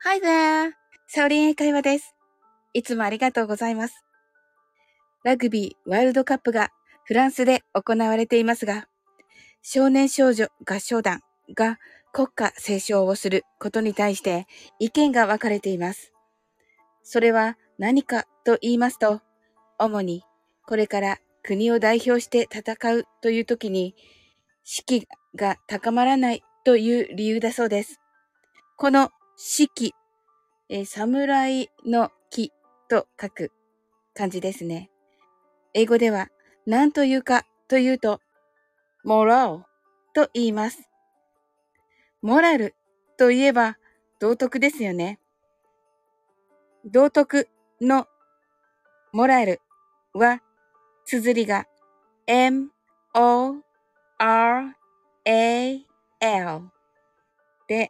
Hi there! サオリン英会話です。いつもありがとうございます。ラグビーワールドカップがフランスで行われていますが、少年少女合唱団が国歌斉唱をすることに対して意見が分かれています。それは何かと言いますと、主にこれから国を代表して戦うという時に士気が高まらないという理由だそうです。この士気、侍の木と書く漢字ですね。英語では何というかというと、モラルと言います。モラルといえば道徳ですよね。道徳のモラルは綴りが M-O-R-A-L で、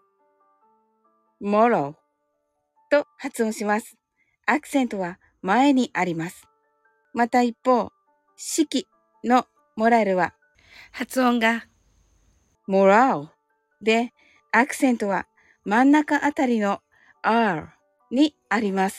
モラルと発音します。アクセントは前にあります。また一方、士気のモラルは発音がモラルで、アクセントは真ん中あたりの R にあります。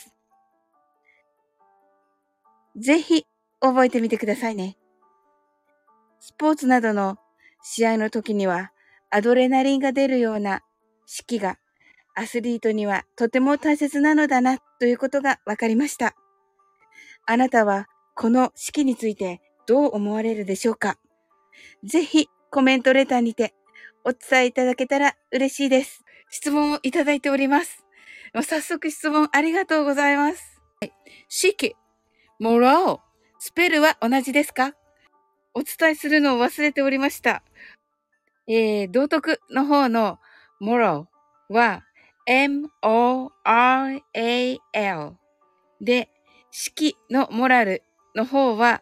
ぜひ覚えてみてくださいね。スポーツなどの試合の時にはアドレナリンが出るような士気がアスリートにはとても大切なのだなということが分かりました。あなたはこの士気についてどう思われるでしょうか？ぜひコメントレターにてお伝えいただけたら嬉しいです。質問をいただいております。早速質問ありがとうございます。士気、モラル、スペルは同じですか？お伝えするのを忘れておりました。道徳の方のモラルは M-O-R-A-L で、式のモラルの方は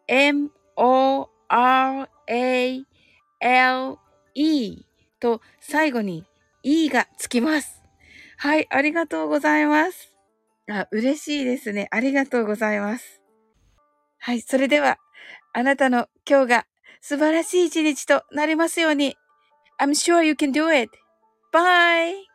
M-O-R-A-L-E と最後に E がつきます。はい、ありがとうございます。嬉しいですね。ありがとうございます。はい、それではあなたの今日が素晴らしい一日となりますように。I'm sure you can do it. Bye!